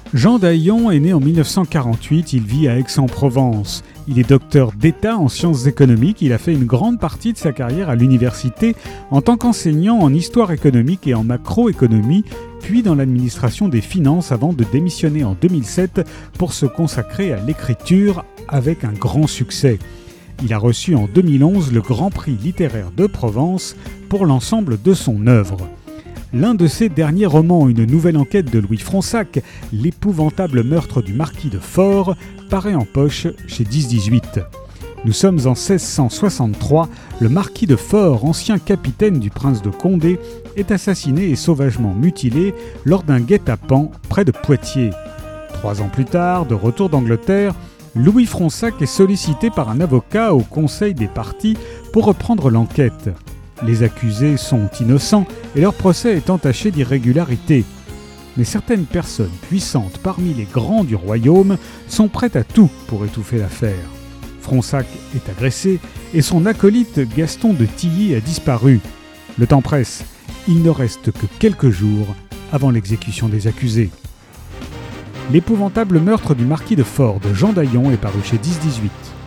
Jean Daillon est né en 1948, il vit à Aix-en-Provence. Il est docteur d'État en sciences économiques, il a fait une grande partie de sa carrière à l'université en tant qu'enseignant en histoire économique et en macroéconomie, puis dans l'administration des finances avant de démissionner en 2007 pour se consacrer à l'écriture avec un grand succès. Il a reçu en 2011 le Grand Prix littéraire de Provence pour l'ensemble de son œuvre. L'un de ses derniers romans, une nouvelle enquête de Louis Fronsac, L'épouvantable meurtre du marquis de Fort, paraît en poche chez 10-18. Nous sommes en 1663, le marquis de Fort, ancien capitaine du prince de Condé, est assassiné et sauvagement mutilé lors d'un guet-apens près de Poitiers. 3 ans plus tard, de retour d'Angleterre, Louis Fronsac est sollicité par un avocat au conseil des parties pour reprendre l'enquête. Les accusés sont innocents et leur procès est entaché d'irrégularités. Mais certaines personnes puissantes parmi les grands du royaume sont prêtes à tout pour étouffer l'affaire. Fronsac est agressé et son acolyte Gaston de Tilly a disparu. Le temps presse, il ne reste que quelques jours avant l'exécution des accusés. L'épouvantable meurtre du marquis de Fort de Jean Daillon est paru chez 10-18.